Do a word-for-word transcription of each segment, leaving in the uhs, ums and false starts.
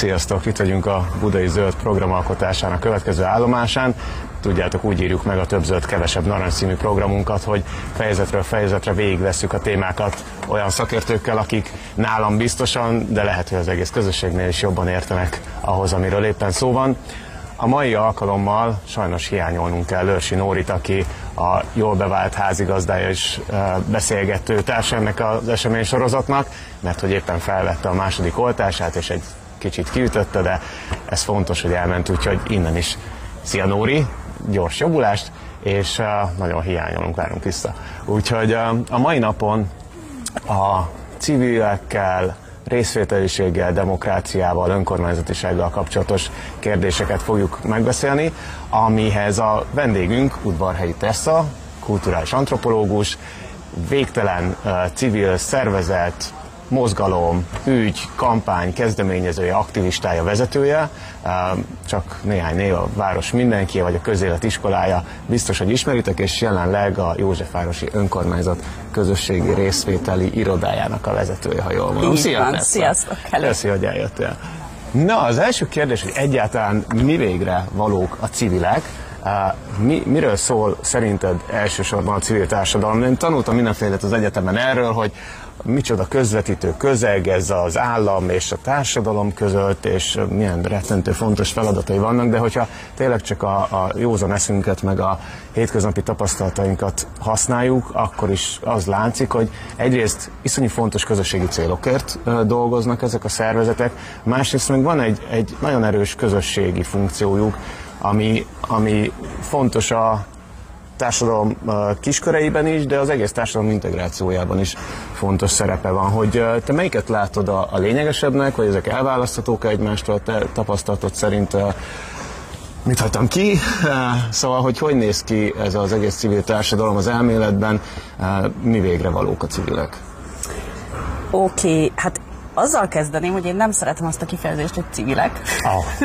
Sziasztok! Itt vagyunk a Budai Zöld programalkotásának következő állomásán. Tudjátok, úgy írjuk meg a Több zöld, kevesebb narancs című programunkat, hogy fejezetről fejezetre végigvesszük a témákat olyan szakértőkkel, akik nálam biztosan, de lehet, hogy az egész közösségnél is jobban értenek ahhoz, amiről éppen szó van. A mai alkalommal sajnos hiányolnunk kell Lörsi Nórit, aki a jól bevált házigazdája és beszélgető társa ennek az esemény sorozatnak, mert hogy éppen felvette a második oltását, és egy kicsit kiütötte, de ez fontos, hogy elment, úgyhogy innen is szia Nóri, gyors jobbulást, és nagyon hiányolunk, várunk vissza. Úgyhogy a mai napon a civilekkel, részvételiséggel, demokráciával, önkormányzatisággal kapcsolatos kérdéseket fogjuk megbeszélni, amihez a vendégünk Udvarhelyi Tessa, kulturális antropológus, végtelen uh, civil szervezet, mozgalom, ügy, kampány kezdeményezője, aktivistája, vezetője, uh, csak néhány név, a város mindenki, vagy a közélet iskolája, biztos, hogy ismeritek, és jelenleg a Józsefvárosi Önkormányzat közösségi részvételi irodájának a vezetője, ha jól mondom. Szia, van, sziasztok! Köszi, hogy eljöttél. Na, az első kérdés, hogy egyáltalán mi végre valók a civilek, Mi, miről szól szerinted elsősorban a civil társadalom? Én tanultam mindenfélet az egyetemen erről, hogy micsoda közvetítő közeg ez az állam és a társadalom között, és milyen rettentő fontos feladatai vannak, de hogyha tényleg csak a, a józan eszünket, meg a hétköznapi tapasztalatainkat használjuk, akkor is az látszik, hogy egyrészt iszonyú fontos közösségi célokért dolgoznak ezek a szervezetek, másrészt meg van egy, egy nagyon erős közösségi funkciójuk, Ami, ami fontos a társadalom kisköreiben is, de az egész társadalom integrációjában is fontos szerepe van. Hogy te melyiket látod a, a lényegesebbnek, vagy ezek elválaszthatók egymástól, a te tapasztalatod szerint mit hagytam ki? Szóval, hogy hogy néz ki ez az egész civil társadalom az elméletben, mi végre valók a civilek? Oké, okay, hát azzal kezdeném, hogy én nem szeretem azt a kifejezést, hogy civilek. Oh.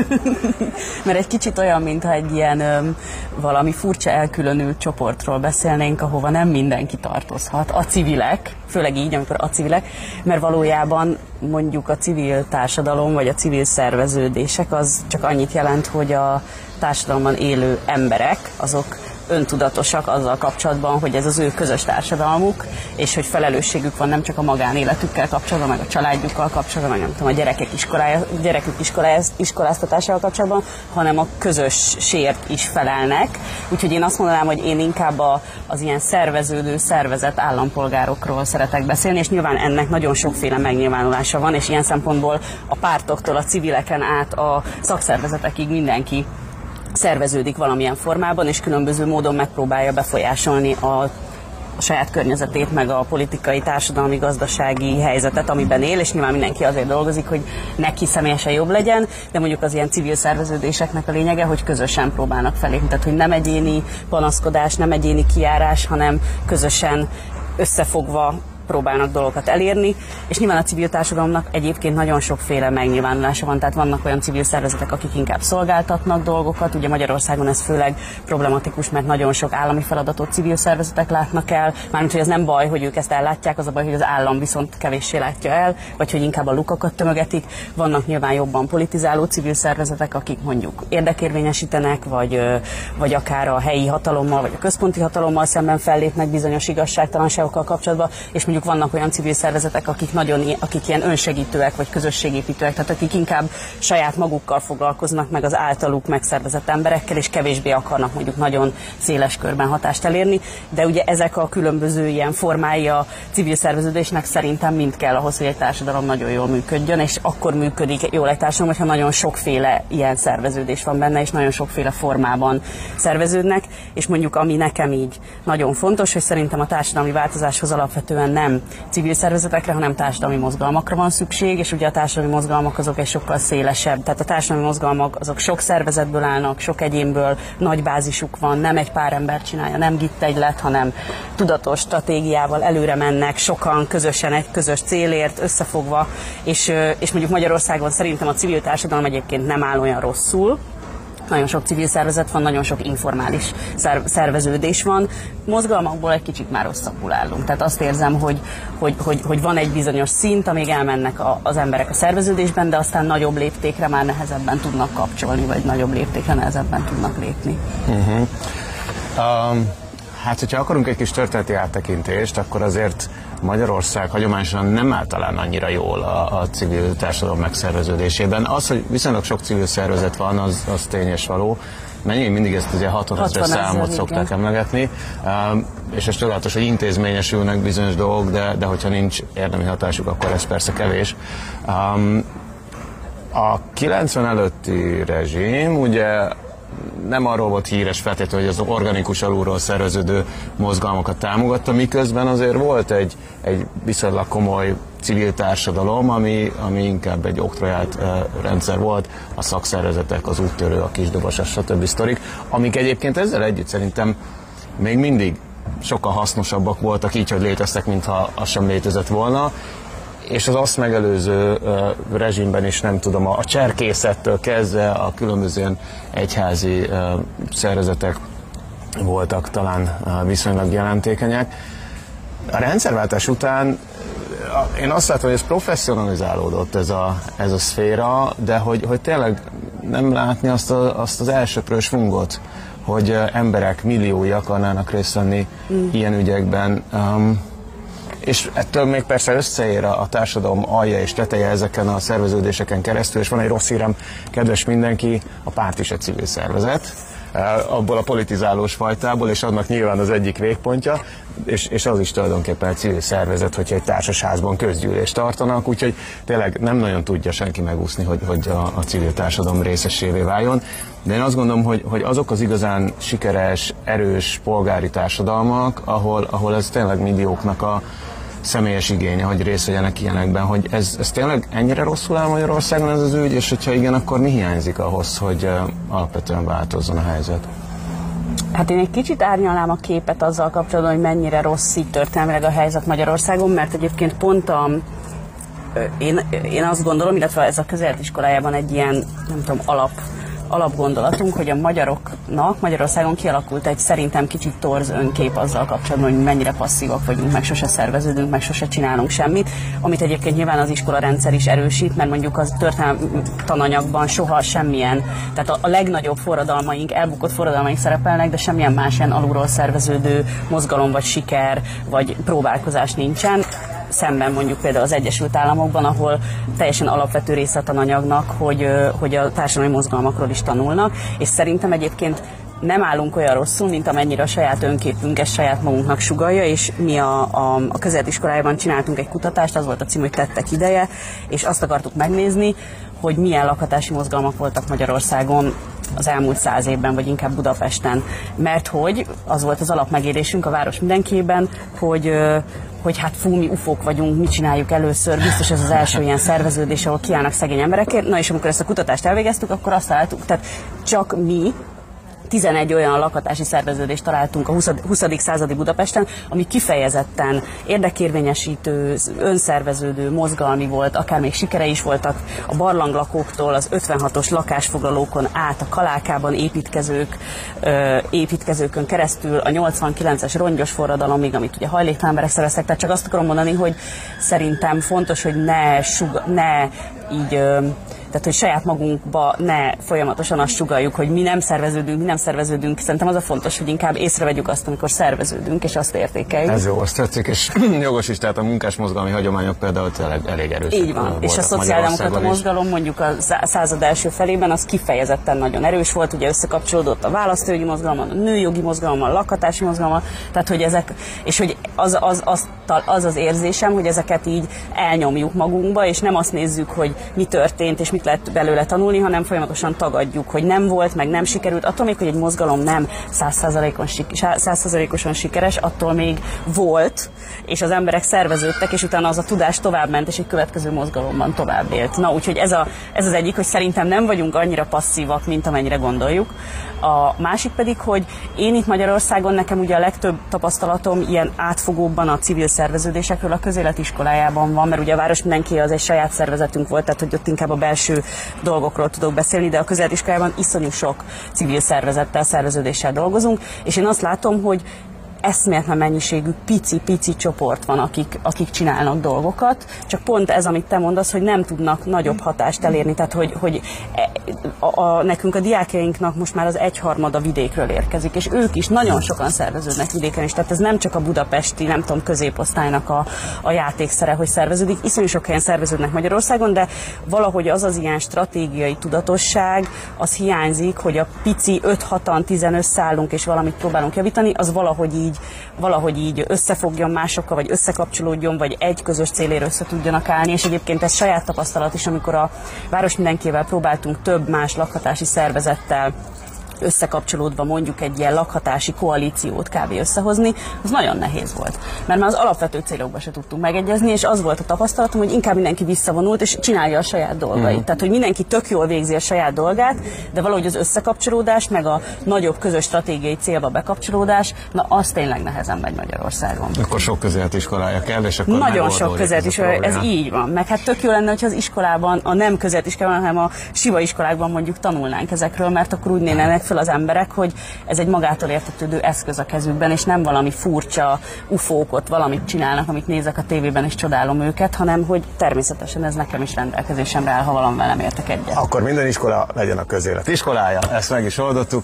Mert egy kicsit olyan, mintha egy ilyen öm, valami furcsa elkülönült csoportról beszélnénk, ahova nem mindenki tartozhat. A civilek, főleg így, amikor a civilek, mert valójában mondjuk a civil társadalom, vagy a civil szerveződések az csak annyit jelent, hogy a társadalomban élő emberek, azok öntudatosak azzal kapcsolatban, hogy ez az ő közös társadalmuk, és hogy felelősségük van nem csak a magánéletükkel kapcsolatban, meg a családjukkal kapcsolatban, meg nem tudom, a gyerekek iskolája, gyerekük iskoláz, iskoláztatásával kapcsolatban, hanem a közösségért is felelnek. Úgyhogy én azt mondanám, hogy én inkább a, az ilyen szerveződő, szervezett állampolgárokról szeretek beszélni, és nyilván ennek nagyon sokféle megnyilvánulása van, és ilyen szempontból a pártoktól a civileken át a szakszervezetekig mindenki szerveződik valamilyen formában, és különböző módon megpróbálja befolyásolni a, a saját környezetét, meg a politikai, társadalmi, gazdasági helyzetet, amiben él, és nyilván mindenki azért dolgozik, hogy neki személyesen jobb legyen, de mondjuk az ilyen civil szerveződéseknek a lényege, hogy közösen próbálnak felépni, tehát hogy nem egyéni panaszkodás, nem egyéni kijárás, hanem közösen összefogva próbálnak dolgokat elérni, és nyilván a civil társadalomnak egyébként nagyon sokféle megnyilvánulása van, tehát vannak olyan civil szervezetek, akik inkább szolgáltatnak dolgokat, ugye Magyarországon ez főleg problematikus, mert nagyon sok állami feladatot civil szervezetek látnak el, mármint, hogy ez nem baj, hogy ők ezt ellátják, az a baj, hogy az állam viszont kevéssé látja el, vagy hogy inkább a lukakat tömögetik. Vannak nyilván jobban politizáló civil szervezetek, akik mondjuk érdekérvényesítenek, vagy, vagy akár a helyi hatalommal, vagy a központi hatalommal szemben fellépnek bizonyos igazságtalanságokkal kapcsolatban, és mondjuk vannak olyan civil szervezetek, akik nagyon, akik ilyen önsegítőek vagy közösségépítőek, tehát akik inkább saját magukkal foglalkoznak, meg az általuk megszervezett emberekkel, és kevésbé akarnak mondjuk nagyon széles körben hatást elérni, de ugye ezek a különböző ilyen formái a civil szerveződésnek szerintem mind kell ahhoz, hogy egy társadalom nagyon jól működjön, és akkor működik jól egy társadalom, hogyha nagyon sokféle ilyen szerveződés van benne, és nagyon sokféle formában szerveződnek, és mondjuk ami nekem így nagyon fontos, hogy szerintem a társadalmi változáshoz alapvetően nem civil szervezetekre, hanem társadalmi mozgalmakra van szükség, és ugye a társadalmi mozgalmak azok egy sokkal szélesebb, tehát a társadalmi mozgalmak azok sok szervezetből állnak, sok egyénből, nagy bázisuk van, nem egy pár ember csinálja, nem gittegylet, hanem tudatos stratégiával előre mennek, sokan közösen egy közös célért összefogva, és, és mondjuk Magyarországon szerintem a civil társadalom egyébként nem áll olyan rosszul, nagyon sok civil szervezet van, nagyon sok informális szerveződés van. Mozgalmakból egy kicsit már rosszabbul állunk. Tehát azt érzem, hogy, hogy, hogy, hogy van egy bizonyos szint, amíg elmennek a, az emberek a szerveződésben, de aztán nagyobb léptékre már nehezebben tudnak kapcsolni, vagy nagyobb léptékre nehezebben tudnak lépni. Uh-huh. Um, hát, hogyha akarunk egy kis történeti áttekintést, akkor azért Magyarország hagyományosan nem áll talán annyira jól a, a civil társadalom megszerveződésében. Az, hogy viszonylag sok civil szervezet van, az, az tényes való. Mennyi mindig ezt ugye hatvan ezres számot szokták emlegetni, um, és ez csodálatos, hogy intézményesülnek bizonyos dolgok, de, de hogyha nincs érdemi hatásuk, akkor ez persze kevés. Um, a kilencven előtti rezsim ugye nem arról volt híres feltétlenül, hogy az organikus alulról szerveződő mozgalmakat támogatta, miközben azért volt egy, egy viszonylag komoly civil társadalom, ami, ami inkább egy oktroyált uh, rendszer volt, a szakszervezetek, az úttörő, a kisdobos, stb. Sztorik, amik egyébként ezzel együtt szerintem még mindig sokkal hasznosabbak voltak így, hogy léteztek, mintha az sem létezett volna. És az azt megelőző uh, rezsimben is, nem tudom, a, a cserkészettől kezdve a különböző egyházi uh, szervezetek voltak talán uh, viszonylag jelentékenyek. A rendszerváltás után uh, én azt látom, hogy ez professzionalizálódott ez a, ez a szféra, de hogy, hogy tényleg nem látni azt, a, azt az elsöprő svungot, hogy uh, emberek milliói akarnának részt venni mm. ilyen ügyekben. Um, és ettől még persze összeér a társadalom alja és teteje ezeken a szerveződéseken keresztül, és van egy rossz hírem, kedves mindenki, a párt is egy civil szervezet, abból a politizálós fajtából, és annak nyilván az egyik végpontja, és, és az is tulajdonképpen egy civil szervezet, hogyha egy társasházban közgyűlést tartanak, úgyhogy tényleg nem nagyon tudja senki megúszni, hogy, hogy a, a civil társadalom részesévé váljon. De én azt gondolom, hogy, hogy azok az igazán sikeres, erős polgári társadalmak, ahol, ahol ez tényleg millióknak a személyes igénye, hogy részt vegyenek ilyenekben, hogy ez, ez tényleg ennyire rosszul áll Magyarországon ez az ügy, és hogyha igen, akkor mi hiányzik ahhoz, hogy uh, alapvetően változzon a helyzet? Hát én egy kicsit árnyalnám a képet azzal kapcsolatban, hogy mennyire rossz így történelmileg a helyzet Magyarországon, mert egyébként pont a, én, én azt gondolom, illetve ez a közéletiskolájában egy ilyen, nem tudom, alap alapgondolatunk, hogy a magyaroknak Magyarországon kialakult egy szerintem kicsit torz önkép azzal kapcsolatban, hogy mennyire passzívak vagyunk, meg sose szerveződünk, meg sose csinálunk semmit, amit egyébként nyilván az iskolarendszer is erősít, mert mondjuk az történelmi tananyagban soha semmilyen, tehát a, a legnagyobb forradalmaink, elbukott forradalmaink szerepelnek, de semmilyen más ilyen alulról szerveződő mozgalom, vagy siker, vagy próbálkozás nincsen. Szemben mondjuk például az Egyesült Államokban, ahol teljesen alapvető része a tananyagnak, hogy, hogy a társadalmi mozgalmakról is tanulnak, és szerintem egyébként nem állunk olyan rosszul, mint amennyire a saját önképünk ezt saját magunknak sugallja, és mi a, a, a közéletiskolájában csináltunk egy kutatást, az volt a cím, hogy Tettek ideje, és azt akartuk megnézni, hogy milyen lakhatási mozgalmak voltak Magyarországon az elmúlt száz évben, vagy inkább Budapesten. Mert hogy az volt az alapmegélésünk a város mindenkiében, hogy hogy hát fú, mi ufók vagyunk, mit csináljuk először, biztos ez az első ilyen szerveződés, ahol kiállnak szegény emberekért. Na és amikor ezt a kutatást elvégeztük, akkor azt találtuk, tehát csak mi tizenegy olyan lakhatási szerveződést találtunk a huszadik századi Budapesten, ami kifejezetten érdekérvényesítő, önszerveződő, mozgalmi volt, akár még sikerei is voltak a barlanglakóktól, az ötvenhatos lakásfoglalókon át, a Kalákában építkezők, ö, építkezőkön keresztül, a nyolcvankilences rongyos forradalomig, amit ugye hajléktalan emberek szerveztek. Tehát csak azt akarom mondani, hogy szerintem fontos, hogy ne, suga, ne így... Ö, tehát, hogy saját magunkba ne folyamatosan azt sugalljuk, hogy mi nem szerveződünk, mi nem szerveződünk. Szerintem az a fontos, hogy inkább észrevegyük azt, amikor szerveződünk, és azt értékeljük. Ez jó, azt tetszik, és jogos is, tehát a munkásmozgalmi hagyományok például tényleg elég erősek. Így van, és a szociáldemokrata mozgalom mondjuk a század első felében az kifejezetten nagyon erős volt, ugye összekapcsolódott a választójogi mozgalommal, a nőjogi mozgalommal, a lakhatási mozgalommal, tehát hogy ezek, és hogy az az, az, az az érzésem, hogy ezeket így elnyomjuk magunkba, és nem azt nézzük, hogy mi történt, és mit lehet belőle tanulni, hanem folyamatosan tagadjuk, hogy nem volt, meg nem sikerült. Attól még, hogy egy mozgalom nem száz százalékosan sikeres, attól még volt, és az emberek szerveződtek, és utána az a tudás továbbment, és egy következő mozgalomban tovább élt. Na, úgyhogy ez, a, ez az egyik, hogy szerintem nem vagyunk annyira passzívak, mint amennyire gondoljuk. A másik pedig, hogy én itt Magyarországon nekem ugye a legtöbb tapasztalatom ilyen átfogóbban a civil szerveződésekről a Közélet iskolájában van, mert ugye a Város Mindenki az egy saját szervezetünk volt, tehát hogy ott inkább a belső dolgokról tudok beszélni, de a Közélet iskolában iszonyú sok civil szervezettel, szerveződéssel dolgozunk, és én azt látom, hogy eszméletlen mennyiségű pici-pici csoport van, akik, akik csinálnak dolgokat, csak pont ez, amit te mondasz, hogy nem tudnak nagyobb hatást elérni, tehát hogy, hogy a, a, nekünk a diákjainknak most már az egyharmada vidékről érkezik, és ők is nagyon sokan szerveződnek vidéken is, tehát ez nem csak a budapesti, nem tudom, középosztálynak a, a játékszere, hogy szerveződik, iszonyú sok helyen szerveződnek Magyarországon, de valahogy az az ilyen stratégiai tudatosság, az hiányzik, hogy a pici öt-hatan, tizen összeállunk és valamit próbálunk javítani, az valahogy így valahogy így összefogjon másokkal, vagy összekapcsolódjon, vagy egy közös célért össze tudjanak állni, és egyébként ez saját tapasztalat is, amikor a Város Mindenkivel próbáltunk több más lakhatási szervezettel összekapcsolódva mondjuk egy ilyen lakhatási koalíciót kb. Összehozni, az nagyon nehéz volt. Mert már az alapvető célokban se tudtunk megegyezni, és az volt a tapasztalatom, hogy inkább mindenki visszavonult, és csinálja a saját dolgait. Mm. Tehát, hogy mindenki tök jól végzi a saját dolgát, de valahogy az összekapcsolódás, meg a nagyobb közös stratégiai célba bekapcsolódás, na az tényleg nehezen megy Magyarországon. Akkor sok közéletiskolája kell, és akkor nagyon sok közéletiskolája, ez, ez így van. Meg hát tök jó lenne, hogyha az iskolában, a nem közéliskolában, hanem a siva iskolákban mondjuk tanulnánk ezekről, mert akkor úgy néznek fel az emberek, hogy ez egy magától értetődő eszköz a kezükben, és nem valami furcsa ufókot, valamit csinálnak, amit nézek a tévében, és csodálom őket, hanem hogy természetesen ez nekem is rendelkezésemre áll, ha valamivel nem értek egyet. Akkor minden iskola legyen a közélet iskolája, ezt meg is oldottuk.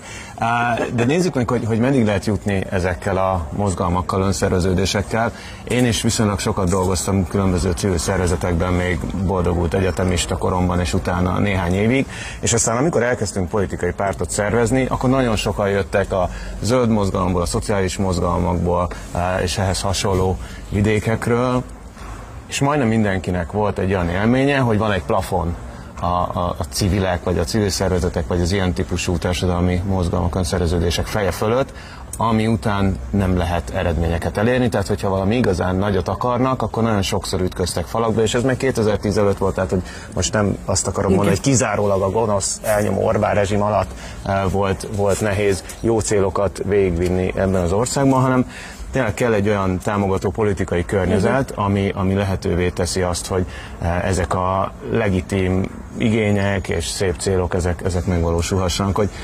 De nézzük meg, hogy, hogy meddig lehet jutni ezekkel a mozgalmakkal, önszerveződésekkel. Én is viszonylag sokat dolgoztam különböző civil szervezetekben, még boldogult egyetemista koromban, és utána néhány évig, és aztán amikor elkezdtünk politikai pártot szervezni, akkor nagyon sokan jöttek a zöld mozgalomból, a szociális mozgalmakból, és ehhez hasonló vidékekről, és majdnem mindenkinek volt egy olyan élménye, hogy van egy plafon a, a, a civilek, vagy a civil szervezetek, vagy az ilyen típusú társadalmi mozgalmak, önszerveződések feje fölött, ami után nem lehet eredményeket elérni, tehát hogyha valami igazán nagyot akarnak, akkor nagyon sokszor ütköztek falakba, és ez meg kétezer-tíz előtt volt, tehát hogy most nem azt akarom mondani, hogy kizárólag a gonosz, elnyomó Orbán rezsim alatt volt, volt nehéz jó célokat végigvinni ebben az országban, hanem tényleg kell egy olyan támogató politikai környezet, ami, ami lehetővé teszi azt, hogy ezek a legitim igények és szép célok, ezek, ezek megvalósulhassanak, hogy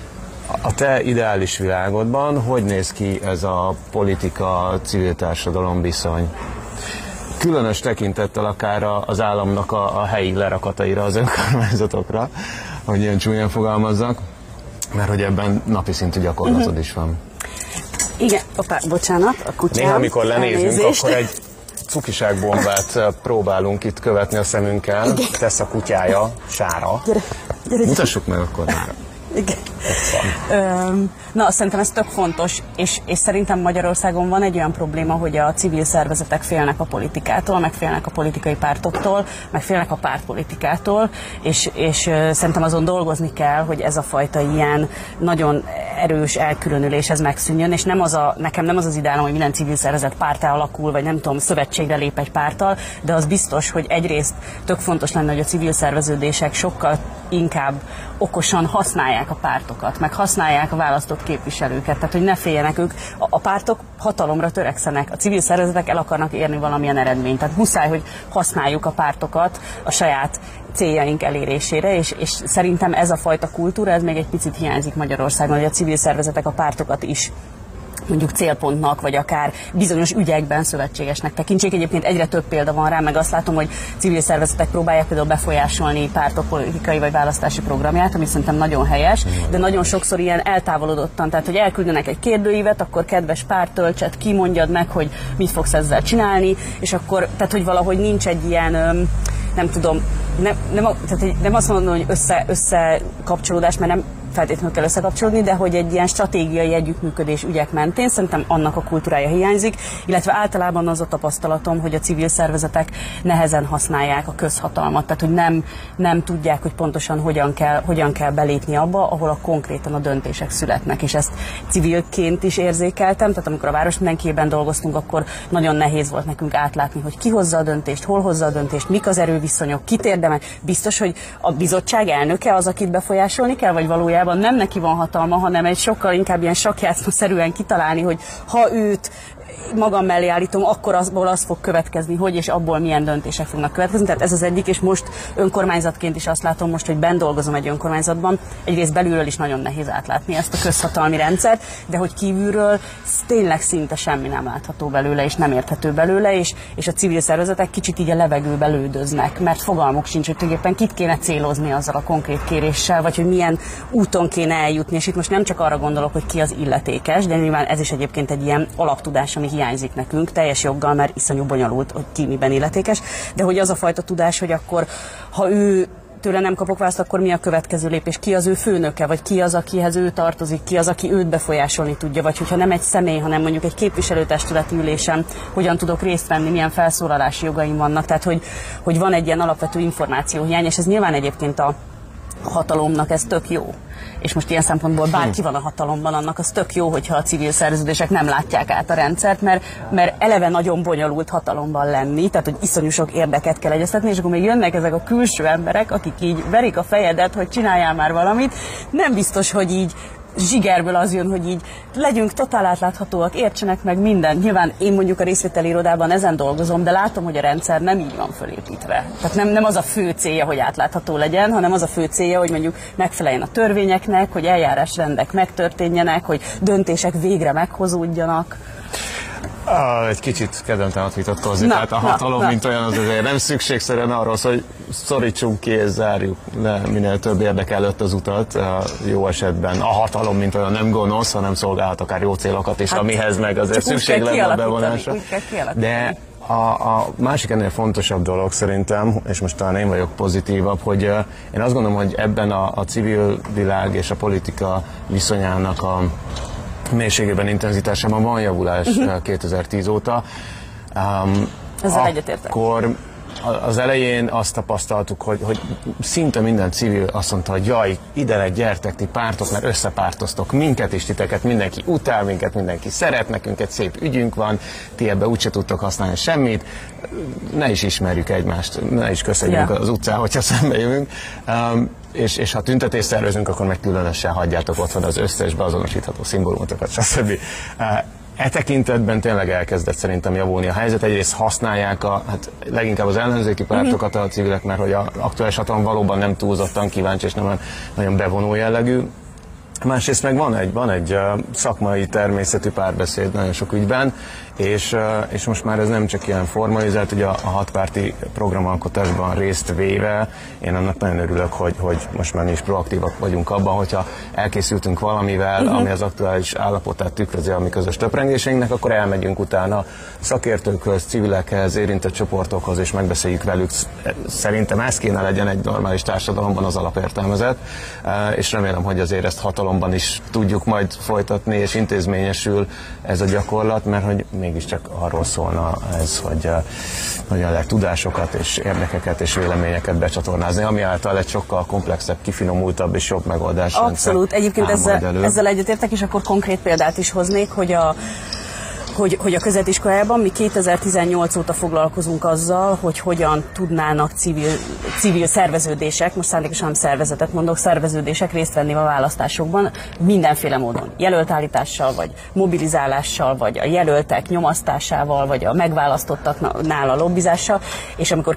a te ideális világodban hogy néz ki ez a politika-civil társadalom viszony? Különös tekintettel akár az államnak a, a helyi lerakataira, az önkormányzatokra, hogy ilyen csúnyán fogalmazzak, mert hogy ebben napi szintű gyakorlatod uh-huh. is van. Igen, opá, bocsánat, a kutyám. Néha, amikor lenézünk, elnézést. Akkor egy cukiságbombát próbálunk itt követni a szemünkkel. Igen. Tesz a kutyája, Sára. Gyere, gyere, mutassuk meg akkor már. Igen. Öm, na, szerintem ez tök fontos, és, és szerintem Magyarországon van egy olyan probléma, hogy a civil szervezetek félnek a politikától, meg félnek a politikai pártoktól, meg félnek a pártpolitikától, és, és szerintem azon dolgozni kell, hogy ez a fajta ilyen nagyon erős elkülönülés ez megszűnjön, és nem az a, nekem nem az az ideálom, hogy minden civil szervezet párttá alakul, vagy nem tudom, szövetségre lép egy párttal, de az biztos, hogy egyrészt tök fontos lenne, hogy a civil szerveződések sokkal inkább okosan használják a pártokat, meg használják a választott képviselőket, tehát hogy ne féljenek ők. A, a pártok hatalomra törekszenek, a civil szervezetek el akarnak érni valamilyen eredményt, tehát muszáj, hogy használjuk a pártokat a saját céljaink elérésére, és, és szerintem ez a fajta kultúra, ez még egy picit hiányzik Magyarországon, hogy a civil szervezetek a pártokat is mondjuk célpontnak, vagy akár bizonyos ügyekben szövetségesnek tekintsék. Egyébként egyre több példa van rá, meg azt látom, hogy civil szervezetek próbálják például befolyásolni pártok politikai vagy választási programját, ami szerintem nagyon helyes, de nagyon sokszor ilyen eltávolodottan, tehát hogy elküldenek egy kérdőívet, akkor kedves párt, töltsed ki, mondjad meg, hogy mit fogsz ezzel csinálni, és akkor, tehát hogy valahogy nincs egy ilyen, nem tudom, nem, nem, tehát nem azt mondom, hogy össze, összekapcsolódás, mert nem feltétlenül kell összekapcsolódni, de hogy egy ilyen stratégiai együttműködés ügyek mentén szerintem annak a kultúrája hiányzik, illetve általában az a tapasztalatom, hogy a civil szervezetek nehezen használják a közhatalmat, tehát hogy nem, nem tudják, hogy pontosan hogyan kell, hogyan kell belépni abba, ahol a konkrétan a döntések születnek, és ezt civilként is érzékeltem, tehát amikor a Város Mindenkiben dolgoztunk, akkor nagyon nehéz volt nekünk átlátni, hogy ki hozza a döntést, hol hozza a döntést, mik az erőviszonyok, kit érdemel. Biztos, hogy a bizottság elnöke az, akit befolyásolni kell, vagy valójában valójában nem neki van hatalma, hanem egy sokkal inkább ilyen sakkjátszma-szerűen kitalálni, hogy ha őt magam mellé állítom, akkor azból az fog következni, hogy és abból milyen döntések fognak következni. Tehát ez az egyik, és most önkormányzatként is azt látom most, hogy benn dolgozom egy önkormányzatban, egyrészt belülről is nagyon nehéz átlátni ezt a közhatalmi rendszert, de hogy kívülről tényleg szinte semmi nem látható belőle, és nem érthető belőle, és, és a civil szervezetek kicsit így a levegőbe lődöznek, mert fogalmuk sincs, hogy tulajdonképpen kit kéne célozni azzal a konkrét kéréssel, vagy hogy milyen úton kéne eljutni, és itt most nem csak arra gondolok, hogy ki az illetékes, de nyilván ez is egyébként egy ilyen alaptudás, ami hiányzik nekünk, teljes joggal, mert iszonyú bonyolult, hogy ki miben illetékes, de hogy az a fajta tudás, hogy akkor, ha ő tőle nem kapok választ, akkor mi a következő lépés, ki az ő főnöke, vagy ki az, akihez ő tartozik, ki az, aki őt befolyásolni tudja, vagy hogyha nem egy személy, hanem mondjuk egy képviselőtestületi ülésen, hogyan tudok részt venni, milyen felszólalási jogaim vannak, tehát hogy, hogy van egy ilyen alapvető információhiány, és ez nyilván egyébként a hatalomnak ez tök jó. És most ilyen szempontból bárki van a hatalomban, annak az tök jó, hogyha a civil szerződések nem látják át a rendszert, mert, mert eleve nagyon bonyolult hatalomban lenni, tehát hogy iszonyú sok érdeket kell egyeztetni, és akkor még jönnek ezek a külső emberek, akik így verik a fejedet, hogy csináljál már valamit, nem biztos, hogy így zsigerből az jön, hogy így legyünk totál átláthatóak, értsenek meg mindent. Nyilván én mondjuk a részvételi irodában ezen dolgozom, de látom, hogy a rendszer nem így van fölépítve. Tehát nem, nem az a fő célja, hogy átlátható legyen, hanem az a fő célja, hogy mondjuk megfeleljen a törvényeknek, hogy eljárásrendek megtörténjenek, hogy döntések végre meghozódjanak. Ah, egy kicsit kedvemtelenül vitatkozni, tehát a hatalom, na, mint na. olyan, az azért nem szükségszerűen arról szól, hogy szorítsunk ki és zárjuk le minél több érdek előtt az utat. Jó esetben a hatalom, mint olyan nem gonosz, hanem szolgálhat akár jó célokat is, hát, amihez meg azért szükség lenne a bevonásra. De a, a másik ennél fontosabb dolog szerintem, és most talán én vagyok pozitívabb, hogy én azt gondolom, hogy ebben a, a civil világ és a politika viszonyának a mélységében, intenzitásában van javulás uh-huh. kétezer-tíz óta. Um, Ezzel egyetértek. Akkor az elején azt tapasztaltuk, hogy, hogy szinte minden civil azt mondta, hogy jaj, ide gyertek ti pártok, mert összepártoztok minket és titeket, mindenki utál minket, mindenki szeret, nekünk egy szép ügyünk van, ti ebbe úgyse tudtok használni semmit, ne is ismerjük egymást, ne is köszönjünk yeah. az utcán, hogyha szembe jövünk. Um, És, és ha tüntetést szervezünk, akkor meg különösen hagyjátok otthon az összes beazonosítható szimbólumokat, stb. E tekintetben tényleg elkezdett szerintem javulni a helyzet. Egyrészt használják a, hát leginkább az ellenzéki pártokat a civilek, mert hogy az aktuális hatalom valóban nem túlzottan kíváncsi és nem nagyon bevonó jellegű. Másrészt meg van egy, van egy szakmai természetű párbeszéd nagyon sok ügyben, és, és most már ez nem csak ilyen formalizált, hogy a, a hatpárti programalkotásban részt véve, én annak nagyon örülök, hogy, hogy most már mi is proaktívak vagyunk abban, hogyha elkészültünk valamivel, uh-huh. ami az aktuális állapotát tükrözi a mi közös töprengéseinknek, akkor elmegyünk utána szakértőkhöz, civilekhez, érintett csoportokhoz, és megbeszéljük velük. Szerintem ez kéne legyen egy normális társadalomban az alapértelmezet, és remélem, hogy azért ezt hatalomban is tudjuk majd folytatni, és intézményesül ez a gyakorlat, mert hogy mégiscsak arról szólna ez, hogy uh, hogyan lehet tudásokat és érdekeket és véleményeket becsatornázni, ami által egy sokkal komplexebb, kifinomultabb és jobb megoldás. Abszolút. Egyébként ezzel, ezzel egyetértek, és akkor konkrét példát is hoznék, hogy a Hogy, hogy a középiskolában mi kétezer-tizennyolc óta foglalkozunk azzal, hogy hogyan tudnának civil, civil szerveződések, most szándékosan nem szervezetet mondok, szerveződések részt venni a választásokban mindenféle módon. Jelöltállítással, vagy mobilizálással, vagy a jelöltek nyomasztásával, vagy a megválasztottaknál a lobbizással, és amikor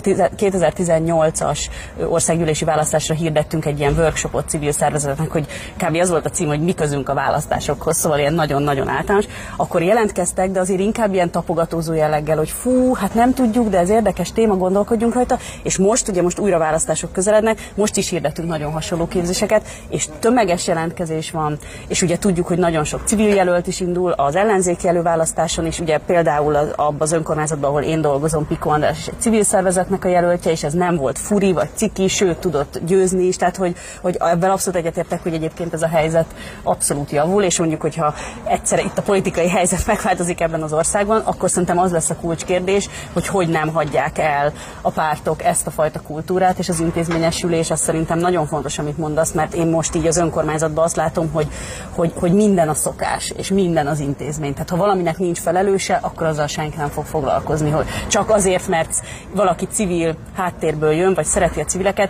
kétezer-tizennyolcas országgyűlési választásra hirdettünk egy ilyen workshopot civil szervezeteknek, hogy kb. Az volt a cím, hogy mi közünk a választásokhoz, szóval ilyen nagyon-nagyon általános, akkor jelentkeztek, de azért inkább ilyen tapogatózó jelleggel, hogy fú, hát nem tudjuk, de ez érdekes téma, gondolkodjunk rajta, és most, ugye most újra választások közelednek, most is hirdetünk nagyon hasonló képzéseket, és tömeges jelentkezés van, és ugye tudjuk, hogy nagyon sok civil jelölt is indul, az ellenzéki előválasztáson is, ugye például az, abban az önkormányzatban, ahol én dolgozom, Piko András is egy civil szervezetnek a jelöltje, és ez nem volt furi, vagy ciki, sőt tudott győzni is, tehát hogy, hogy ebben abszolút egyetértek, hogy egyébként ez a helyzet abszolút javul, és mondjuk, hogyha egyszer itt a politikai helyzet megváltozik ebben az országban, akkor szerintem az lesz a kulcskérdés, hogy hogy nem hagyják el a pártok ezt a fajta kultúrát, és az intézményesülés, az szerintem nagyon fontos, amit mondasz, mert én most így az önkormányzatban azt látom, hogy, hogy, hogy minden a szokás, és minden az intézmény. Tehát ha valaminek nincs felelőse, akkor azzal senki nem fog foglalkozni, hogy csak azért, mert valaki civil háttérből jön, vagy szereti a civileket,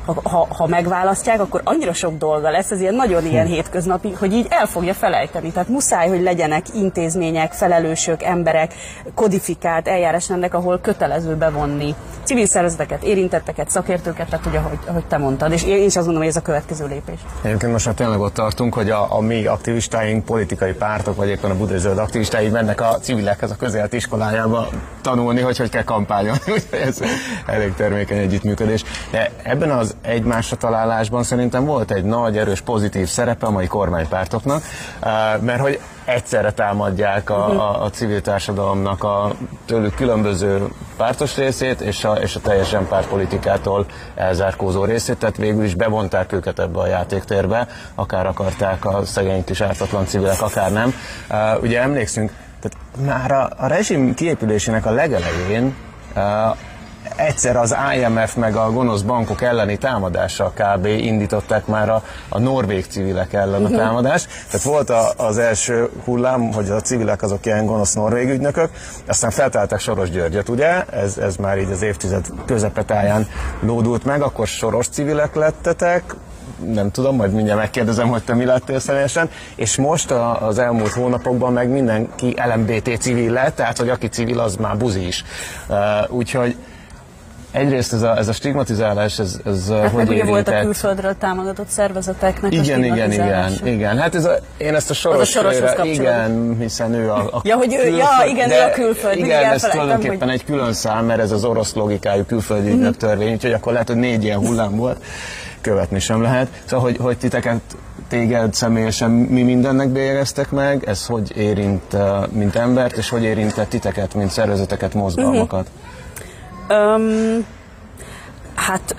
ha, ha, ha megválasztják, akkor annyira sok dolga lesz, ez ilyen nagyon ilyen hétköznapi, hogy így el fogja felejteni. Tehát muszáj, hogy legyenek intézmények, felelősök, emberek, kodifikált eljárásrendek, ahol kötelező bevonni civil szervezeteket, érintetteket, szakértőket, tehát ugye, ahogy, ahogy te mondtad. És én is azt gondolom, hogy ez a következő lépés. Egyébként most már tényleg ott tartunk, hogy a, a mi aktivistáink, politikai pártok, vagy éppen a Budai Zöld aktivistái mennek a civilekhez a közélet iskolájába tanulni, hogy hogy kell kampányolni. Ez elég termékeny együttműködés. De ebben az egymásra találásban szerintem volt egy nagy, erős, pozitív szerepe a mai kormánypártoknak, mert hogy egyszerre támadják a, a, a civil társadalomnak a tőlük különböző pártos részét és a, és a teljesen pártpolitikától elzárkózó részét, tehát végül is bevonták őket ebbe a játéktérbe, akár akarták a szegény kis ártatlan civilek, akár nem. Uh, ugye emlékszünk, tehát már a, a rezsim kiépülésének a legelején uh, egyszer az I M F meg a gonosz bankok elleni támadással kb. Indították már a, a norvég civilek ellen a támadást. Tehát volt a, az első hullám, hogy a civilek azok ilyen gonosz norvég ügynökök, aztán feltálták Soros Györgyöt, ugye? Ez, ez már így az évtized közepetáján lódult meg, akkor Soros civilek lettetek, nem tudom, majd mindjárt megkérdezem, hogy te mi lettél személyesen, és most a, az elmúlt hónapokban meg mindenki L M B T civil lett, tehát hogy aki civil, az már buzi is. Uh, úgyhogy egyrészt ez a, ez a stigmatizálás, ez, ez hát hogy érintett... volt a külföldről támogatott szervezeteknek igen, a igen, igen, igen. Hát ez a, én ezt a Sorosra, igen, hiszen ő a, a ja, hogy ő, külföld, ja, igen, ő a külföld. Igen, ez tulajdonképpen hogy... egy külön szám, mert ez az orosz logikájú külföldi ügynök törvény, úgyhogy akkor lehet, hogy négy ilyen hullám volt, követni sem lehet. Szóval, hogy, hogy titeket, téged személyesen mi mindennek bélyegeztek meg, ez hogy érint, mint embert, és hogy érintett titeket, mint szervezeteket, mozgalmakat? Um, hát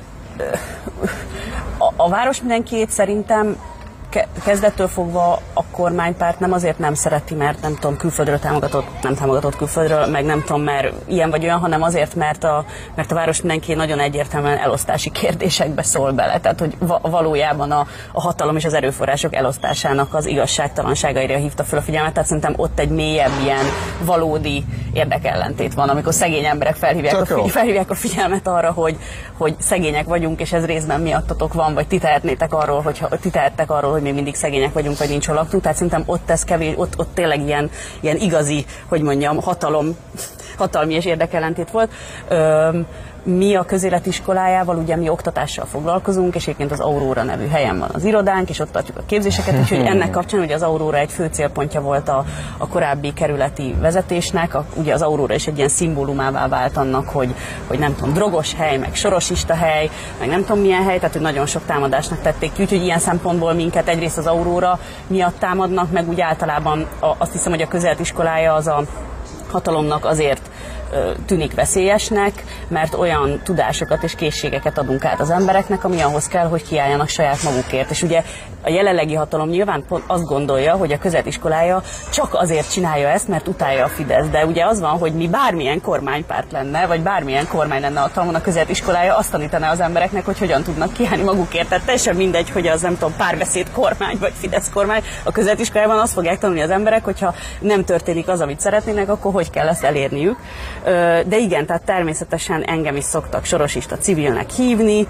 a, a város mindenkiét szerintem ke, kezdettől fogva a kormánypárt nem azért nem szereti, mert nem tudom, külföldről támogatott, nem támogatott külföldről, meg nem tudom, mert ilyen vagy olyan, hanem azért, mert a, mert a város mindenki nagyon egyértelműen elosztási kérdésekbe szól bele. Tehát, hogy va, valójában a, a hatalom és az erőforrások elosztásának az igazságtalanságaira hívta fel a figyelmet, tehát szerintem ott egy mélyebb ilyen valódi érdekellentét van, amikor szegény emberek felhívják, a, figy- felhívják a figyelmet arra, hogy, hogy szegények vagyunk, és ez részben miattatok van, vagy ti tehetnétek arról, hogy ti tehettek arról, hogy még mindig szegények vagyunk, vagy nincs hol laktunk. Tehát szerintem ott ez kevés, ott, ott tényleg ilyen, ilyen igazi, hogy mondjam, hatalom, hatalmi és érdekellentét volt. Öm, Mi a közéletiskolájával, ugye mi oktatással foglalkozunk, és egyébként az Aurora nevű helyen van az irodánk, és ott tartjuk a képzéseket, úgyhogy ennek kapcsán ugye az Aurora egy fő célpontja volt a, a korábbi kerületi vezetésnek, a, ugye az Aurora is egy ilyen szimbólumává vált annak, hogy, hogy nem tudom, drogos hely, meg sorosista hely, meg nem tudom milyen hely, tehát hogy nagyon sok támadásnak tették ki, úgyhogy ilyen szempontból minket egyrészt az Aurora miatt támadnak, meg úgy általában a, azt hiszem, hogy a közéletiskolája az a hatalomnak azért tűnik veszélyesnek, mert olyan tudásokat és készségeket adunk át az embereknek, ami ahhoz kell, hogy kiálljanak saját magukért. És ugye a jelenlegi hatalom nyilván pont azt gondolja, hogy a középiskolája csak azért csinálja ezt, mert utálja a Fidesz. De ugye az van, hogy mi bármilyen kormánypárt lenne, vagy bármilyen kormány lenne a hatalmon, a középiskolája azt tanítaná az embereknek, hogy hogyan tudnak kiállni magukért. Tehát teljesen mindegy, hogy az nem tudom, párbeszéd kormány, vagy Fidesz kormány. A középiskolában azt fogják tanulni az emberek, hogyha nem történik az, amit szeretnének, akkor hogy kell ezt elérniük. De igen, tehát természetesen engem is szoktak sorosista civilnek hívni,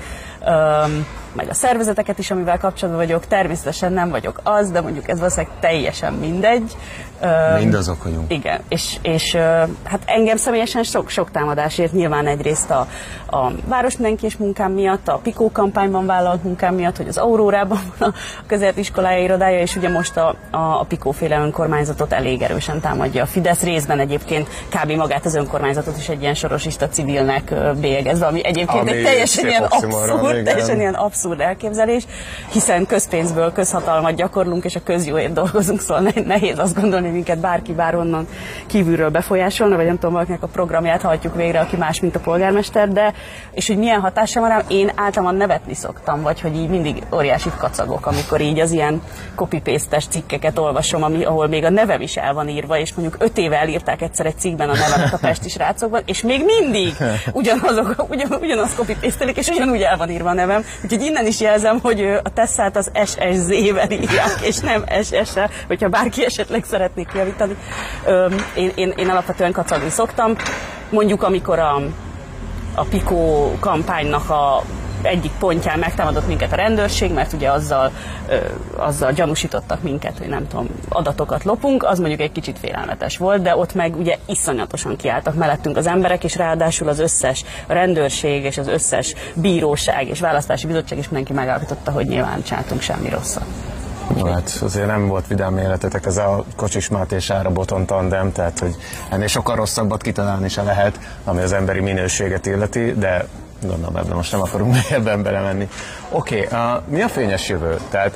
meg a szervezeteket is, amivel kapcsolatban vagyok. Természetesen nem vagyok az, de mondjuk ez valószínűleg teljesen mindegy. Mindazok vagyunk. Igen, és, és hát engem személyesen sok, sok támadásért nyilván egyrészt a, a Város Mindenkiés munkám miatt, a Pikó kampányban vállalt munkám miatt, hogy az Aurórában van a közéletiskolája irodája, és ugye most a, a, a Pikó-féle önkormányzatot elég erősen támadja a Fidesz, részben egyébként kb. Magát az önkormányzatot is egy ilyen sorosista civilnek bélyegezve, ami egyébként ami egy teljesen ilyen abszurd, teljesen ilyen abszurd elképzelés, hiszen közpénzből közhatalmat gyakorlunk, és a közjóért dolgozunk, szóval nehéz azt gondolni, hogy minket bárki bárhonnan kívülről befolyásolna, vagy nem tudom, valakinek a programját hajtjuk végre, aki más, mint a polgármester, de és hogy milyen hatása van rám, én általában nevetni szoktam, vagy hogy így mindig óriásit kacagok, amikor így az ilyen copy-paste-es cikkeket olvasom, ami, ahol még a nevem is el van írva, és mondjuk öt éve elírták egyszer egy cikkben a nevemet a pesti srácokban, és még mindig ugyanazok, ugyan, ugyanaz copy-paste-elik, és ugyanúgy el van írva a nevem. Úgyhogy innen is jelzem, hogy a Tesszát az es es zé-vel írják, és nem es es-sel, hogyha bárki esetleg szeretnék javítani. Én, én, én alapvetően kacagni szoktam. Mondjuk, amikor a, a Pikó kampánynak a egyik pontján megtámadott minket a rendőrség, mert ugye azzal, ö, azzal gyanúsítottak minket, hogy nem tudom, adatokat lopunk, az mondjuk egy kicsit félelmetes volt, de ott meg ugye iszonyatosan kiálltak mellettünk az emberek, és ráadásul az összes rendőrség és az összes bíróság és választási bizottság is mindenki megállapította, hogy nyilván csináltunk semmi rosszat. No, hát azért nem volt vidám életetek ez a Kocsis Máté és Ára Boton tandem, tehát hogy ennél sokkal rosszabbat kitalálni se lehet, ami az emberi minőséget illeti, de gondolom ebben most nem akarunk ebben belemenni. Oké, okay, uh, mi a fényes jövő? Tehát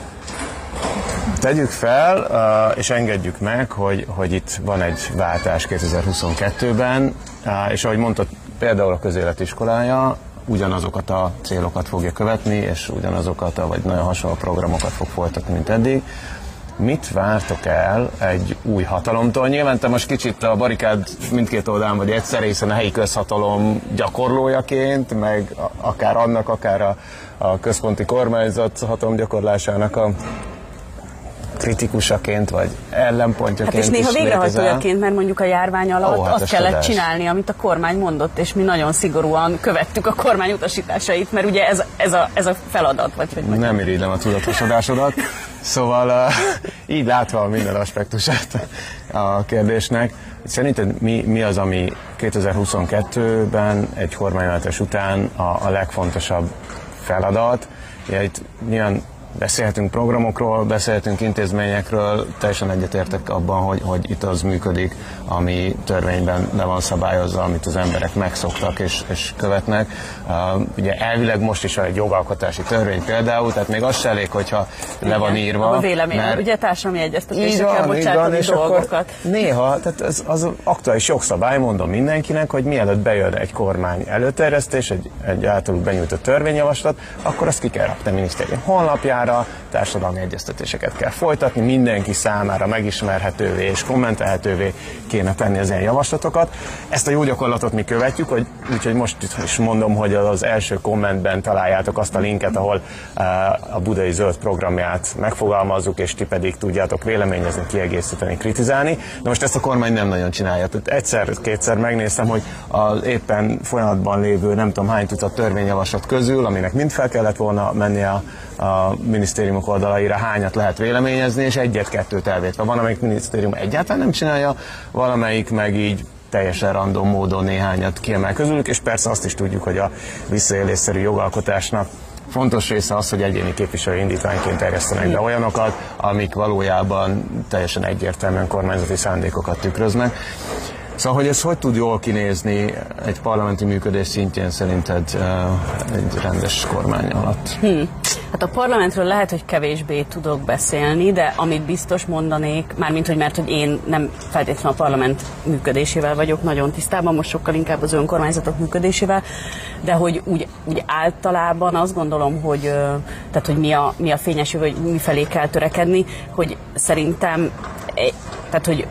tegyük fel, uh, és engedjük meg, hogy, hogy itt van egy váltás kétezer-huszonkettőben, uh, és ahogy mondtad, például a közéletiskolája ugyanazokat a célokat fogja követni, és ugyanazokat, a, vagy nagyon hasonló programokat fog folytatni, mint eddig. Mit vártok el egy új hatalomtól? Nyilván te most kicsit a barikád mindkét oldalán vagy egyszer, hiszen a helyi közhatalom gyakorlójaként, meg akár annak, akár a, a központi kormányzat hatalomgyakorlásának a kritikusaként, vagy ellenpontjaként. Hát és néha végrehajtójaként, mert mondjuk a járvány alatt Ó, hát azt kellett csodás. csinálni, amit a kormány mondott, és mi nagyon szigorúan követtük a kormány utasításait, mert ugye ez, ez, a, ez a feladat. Vagy hogy Nem mondjam. Irigylem a tudatosodásodat. Szóval uh, így látva minden aspektusát a kérdésnek, szerinted mi, mi az, ami kétezer-huszonkettőben egy kormányváltás után a, a legfontosabb feladat? Ja, itt milyen beszélhetünk programokról, beszélhetünk intézményekről, teljesen egyetértek abban, hogy, hogy itt az működik, ami törvényben le van szabályozva, amit az emberek megszoktak és, és követnek. Uh, ugye elvileg most is van egy jogalkotási törvény például, tehát még az se elég, hogyha igen, le van írva. A vélemény, mert ugye társadalmi egyeztetésekkel bocsátani és dolgokat. Néha, tehát ez, az aktuális jogszabály, mondom mindenkinek, hogy mielőtt bejön egy kormány előterjesztés, egy, egy általuk benyújtott törvényjavaslat, akkor azt ki kell rakni a minisztérium honlapjára, társadalmi egyeztetéseket kell folytatni, mindenki számára megismerhetővé és kommentelhetővé kéne tenni az ilyen javaslatokat. Ezt a jó gyakorlatot mi követjük, hogy, úgyhogy most is mondom, hogy az első kommentben találjátok azt a linket, ahol uh, a Budai Zöld programját megfogalmazzuk, és ti pedig tudjátok véleményezni, kiegészíteni, kritizálni. De most ezt a kormány nem nagyon csinálja. Egyszer-kétszer megnéztem, hogy az éppen folyamatban lévő nem tudom hány tucat törvényjavaslat közül, aminek mind fel kellett volna menni a, a minisztériumok oldalaira, hányat lehet véleményezni, és egyet-kettőt elvétve. Van, amelyik minisztérium egyáltalán nem csinálja, valamelyik meg így teljesen random módon néhányat kiemel közülük, és persze azt is tudjuk, hogy a visszaélésszerű jogalkotásnak fontos része az, hogy egyéni képviselői indítványként terjesztenek be olyanokat, amik valójában teljesen egyértelműen kormányzati szándékokat tükröznek. Szóval, hogy ez hogy tud jól kinézni egy parlamenti működés szintjén szerinted uh, egy rendes kormány alatt? Hmm. Hát a parlamentről lehet, hogy kevésbé tudok beszélni, de amit biztos mondanék, mármint, hogy mert hogy én nem feltétlenül a parlament működésével vagyok nagyon tisztában, most sokkal inkább az önkormányzatok működésével, de hogy úgy, úgy általában azt gondolom, hogy, tehát, hogy mi, a, mi a fényes jövő, hogy mifelé kell törekedni, hogy szerintem tehát, hogy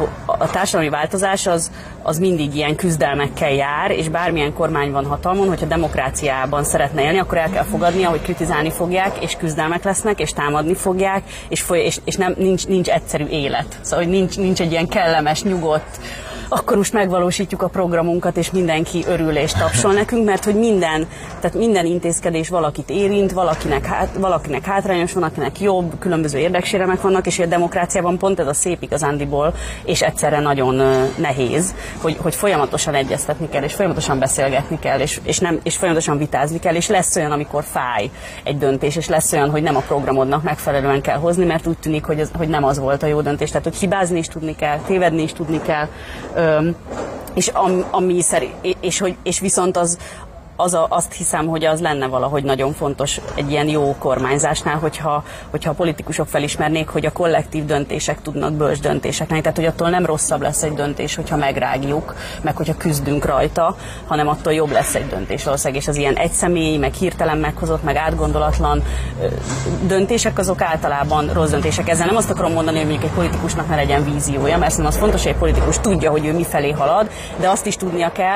a társadalmi változás az, az mindig ilyen küzdelmekkel jár, és bármilyen kormány van hatalmon, hogyha demokráciában szeretne élni, akkor el kell fogadnia, hogy kritizálni fogják, és küzdelmek lesznek, és támadni fogják, és, foly- és, és nem, nincs, nincs egyszerű élet. Szóval, hogy nincs, nincs egy ilyen kellemes, nyugodt, akkor most megvalósítjuk a programunkat, és mindenki örül és tapsol nekünk, mert hogy minden, tehát minden intézkedés valakit érint, valakinek, hát, valakinek hátrányos van, akinek jobb, különböző érdekséremek vannak, és a demokráciában pont ez a szép igazándiból, és egyszerre nagyon uh, nehéz, hogy, hogy folyamatosan egyeztetni kell, és folyamatosan beszélgetni kell, és, és, nem, és folyamatosan vitázni kell, és lesz olyan, amikor fáj egy döntés, és lesz olyan, hogy nem a programodnak megfelelően kell hozni, mert úgy tűnik, hogy, ez, hogy nem az volt a jó döntés. Tehát, hogy hibázni is tudni kell, tévedni is tudni kell, Öm, és, am, ami szerint, és, hogy, és viszont az, az a, azt hiszem, hogy az lenne valahogy nagyon fontos egy ilyen jó kormányzásnál, hogyha, hogyha a politikusok felismernék, hogy a kollektív döntések tudnak bölcs döntések lenni. Tehát, hogy attól nem rosszabb lesz egy döntés, hogyha megrágjuk, meg hogyha küzdünk rajta, hanem attól jobb lesz egy döntés valószínűleg. És az ilyen egyszemélyi, meg hirtelen meghozott, meg átgondolatlan ö, döntések, azok általában rossz döntések. Ezzel nem azt akarom mondani, hogy mondjuk egy politikusnak ne legyen víziója, mert szerintem az fontos, hogy egy politikus tudja, hogy ő mifelé halad, de azt is tudnia kell,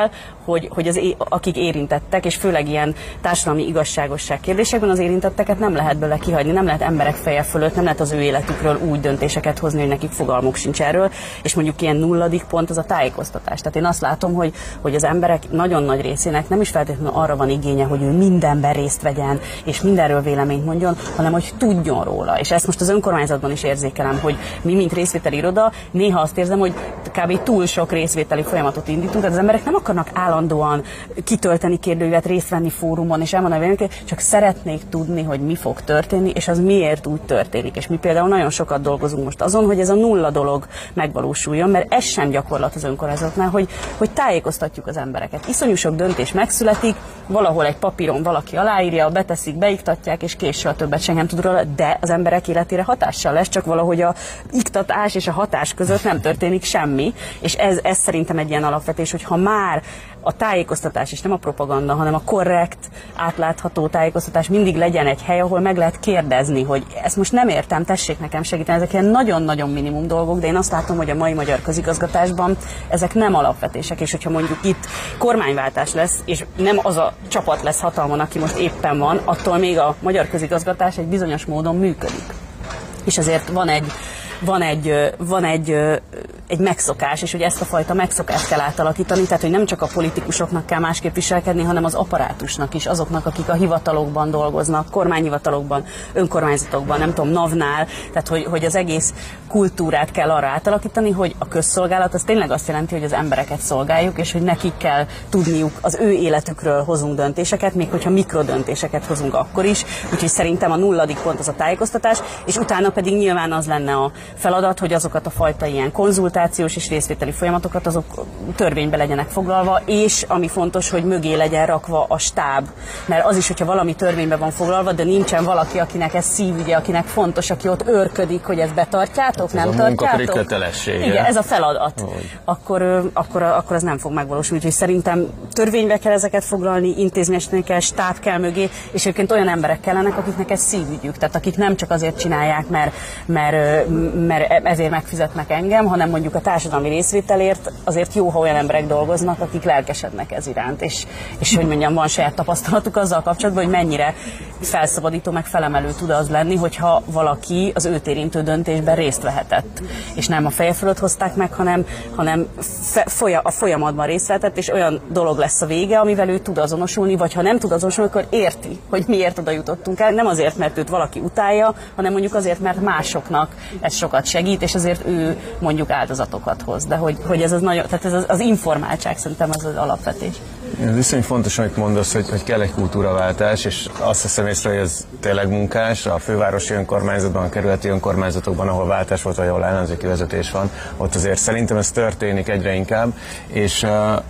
hogy, hogy az é, akik érintettek, és főleg ilyen társadalmi igazságosság kérdésekben az érintetteket nem lehet bele kihagyni, nem lehet emberek feje fölött, nem lehet az ő életükről úgy döntéseket hozni, hogy nekik fogalmuk sincs erről, és mondjuk ilyen nulladik pont az a tájékoztatás. Tehát én azt látom, hogy, hogy az emberek nagyon nagy részének nem is feltétlenül arra van igénye, hogy ő mindenben részt vegyen, és mindenről véleményt mondjon, hanem hogy tudjon róla. És ezt most az önkormányzatban is érzékelem, hogy mi, mint részvételi iroda, néha azt érzem, hogy kb. Túl sok részvételi folyamatot indítunk, tehát az emberek nem akarnak állandóan kitölteni kérdőívet, részt venni fórumon, és elmondani véleményeket, csak szeretnék tudni, hogy mi fog történni, és az miért úgy történik. És mi például nagyon sokat dolgozunk most azon, hogy ez a nulla dolog megvalósuljon, mert ez sem gyakorlat az önkormányzatnál, hogy, hogy tájékoztatjuk az embereket. Iszonyú sok döntés megszületik, valahol egy papíron valaki aláírja, beteszik, beiktatják, és később többet sem nem tud róla, de az emberek életére hatással lesz, csak valahogy a iktatás és a hatás között nem történik semmi, és ez, ez szerintem egy ilyen alapvetés, hogy ha már a tájékoztatás, és nem a propaganda, hanem a korrekt, átlátható tájékoztatás mindig legyen egy hely, ahol meg lehet kérdezni, hogy ezt most nem értem, tessék nekem segíteni. Ezek ilyen nagyon-nagyon minimum dolgok, de én azt látom, hogy a mai magyar közigazgatásban ezek nem alapvetések, és hogyha mondjuk itt kormányváltás lesz, és nem az a csapat lesz hatalmon, aki most éppen van, attól még a magyar közigazgatás egy bizonyos módon működik. És azért van egy van egy, van egy, egy megszokás, és hogy ezt a fajta megszokást kell átalakítani, tehát hogy nem csak a politikusoknak kell másképp viselkedni, hanem az apparátusnak is, azoknak, akik a hivatalokban dolgoznak, kormányhivatalokban, önkormányzatokban, nem tudom, NAV-nál, tehát hogy, hogy az egész kultúrát kell arra átalakítani, hogy a közszolgálat az tényleg azt jelenti, hogy az embereket szolgáljuk, és hogy nekik kell tudniuk, az ő életükről hozunk döntéseket, még hogyha mikrodöntéseket hozunk akkor is, úgyhogy szerintem a nulladik pont az a tájékoztatás, és utána pedig nyilván az lenne a feladat, hogy azokat a fajta ilyen konzultációs és részvételi folyamatokat azok törvénybe legyenek foglalva, és ami fontos, hogy mögé legyen rakva a stáb. Mert az is, hogyha valami törvénybe van foglalva, de nincsen valaki, akinek ez szívügye, akinek fontos, aki ott őrködik, hogy ezt betartjátok, nem tartjátok. Igen, ez a feladat. Akkor, akkor, akkor az nem fog megvalósulni. Úgyhogy szerintem törvénybe kell ezeket foglalni, intézményesnek kell, stáb kell mögé, és egyébként olyan emberek kellenek, akiknek ez szívügyük. Tehát akik nem csak azért csinálják, mert, mert mert ezért megfizetnek engem, hanem mondjuk a társadalmi részvételért azért jó, ha olyan emberek dolgoznak, akik lelkesednek ez iránt, és, és hogy mondjam, van saját tapasztalatuk azzal kapcsolatban, hogy mennyire felszabadító, meg felemelő tud az lenni, hogyha valaki az őt érintő döntésben részt vehetett. És nem a feje fölött hozták meg, hanem, hanem fe, a folyamatban részt vehetett, és olyan dolog lesz a vége, amivel ő tud azonosulni, vagy ha nem tud azonosulni, akkor érti, hogy miért oda jutottunk el. Nem azért, mert őt valaki utálja, hanem mondjuk azért, mert másoknak ez sokat segít, és azért ő mondjuk áldozatokat hoz. De hogy, hogy ez az nagyon, tehát ez az, az informáltság szerintem az az alapvetés. Ez viszont fontos, amit mondasz, hogy, hogy kell egy kultúraváltás, és azt hiszem észre, hogy ez tényleg munkás. A fővárosi önkormányzatban, a kerületi önkormányzatokban, ahol váltás volt, vagy ahol ellenzéki vezetés van, ott azért szerintem ez történik egyre inkább, és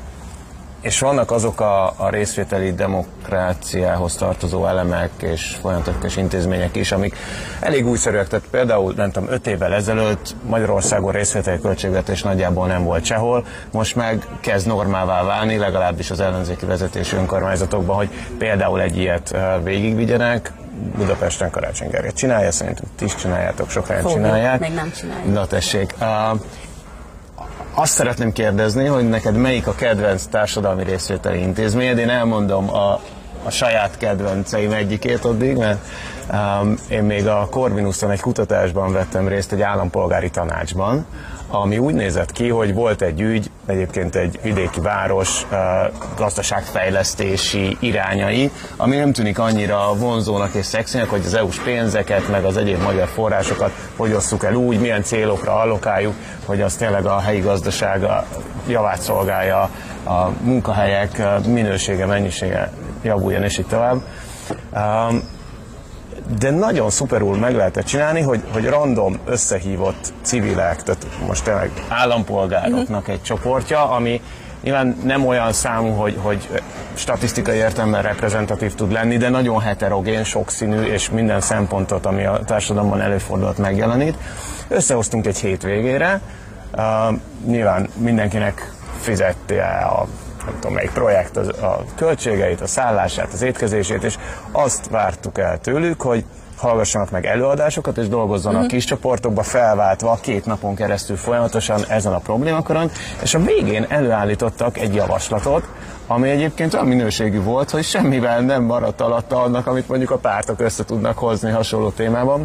És vannak azok a, a részvételi demokráciához tartozó elemek és folyamatok és intézmények is, amik elég újszerűek. Tehát például, nem tudom, öt évvel ezelőtt Magyarországon részvételi költségvetés nagyjából nem volt sehol, most meg kezd normává válni, legalábbis az ellenzéki vezetésű önkormányzatokban, hogy például egy ilyet végigvigyenek. Budapesten Karácsony Gergely csinálja, szerintem ti is csináljátok, sok helyen csinálják. Még nem csinálják. Na tessék. Uh, Azt szeretném kérdezni, hogy neked melyik a kedvenc társadalmi részvételi intézményed. Én elmondom a, a saját kedvenceim egyikét addig, mert um, én még a Corvinuson egy kutatásban vettem részt egy állampolgári tanácsban, ami úgy nézett ki, hogy volt egy ügy, egyébként egy vidéki város uh, gazdaságfejlesztési irányai, ami nem tűnik annyira vonzónak és szexinek, hogy az é u-s pénzeket, meg az egyéb magyar forrásokat hogy osszuk el úgy, milyen célokra allokáljuk, hogy az tényleg a helyi gazdaság javát szolgálja, a munkahelyek minősége, mennyisége javuljon, és így tovább. Um, de nagyon szuperul meg lehetett csinálni, hogy, hogy random összehívott civilek, tehát most tényleg állampolgároknak egy csoportja, ami nyilván nem olyan számú, hogy, hogy statisztikai értelemben reprezentatív tud lenni, de nagyon heterogén, sokszínű, és minden szempontot, ami a társadalomban előfordult, megjelenít. Összehoztunk egy hétvégére, uh, nyilván mindenkinek fizette a nem tudom melyik projekt az, a költségeit, a szállását, az étkezését, és azt vártuk el tőlük, hogy hallgassanak meg előadásokat, és dolgozzanak uh-huh. kis csoportokba, felváltva két napon keresztül folyamatosan ezen a problémakörön, és a végén előállítottak egy javaslatot, ami egyébként olyan minőségű volt, hogy semmivel nem maradt alatta annak, amit mondjuk a pártok össze tudnak hozni hasonló témában.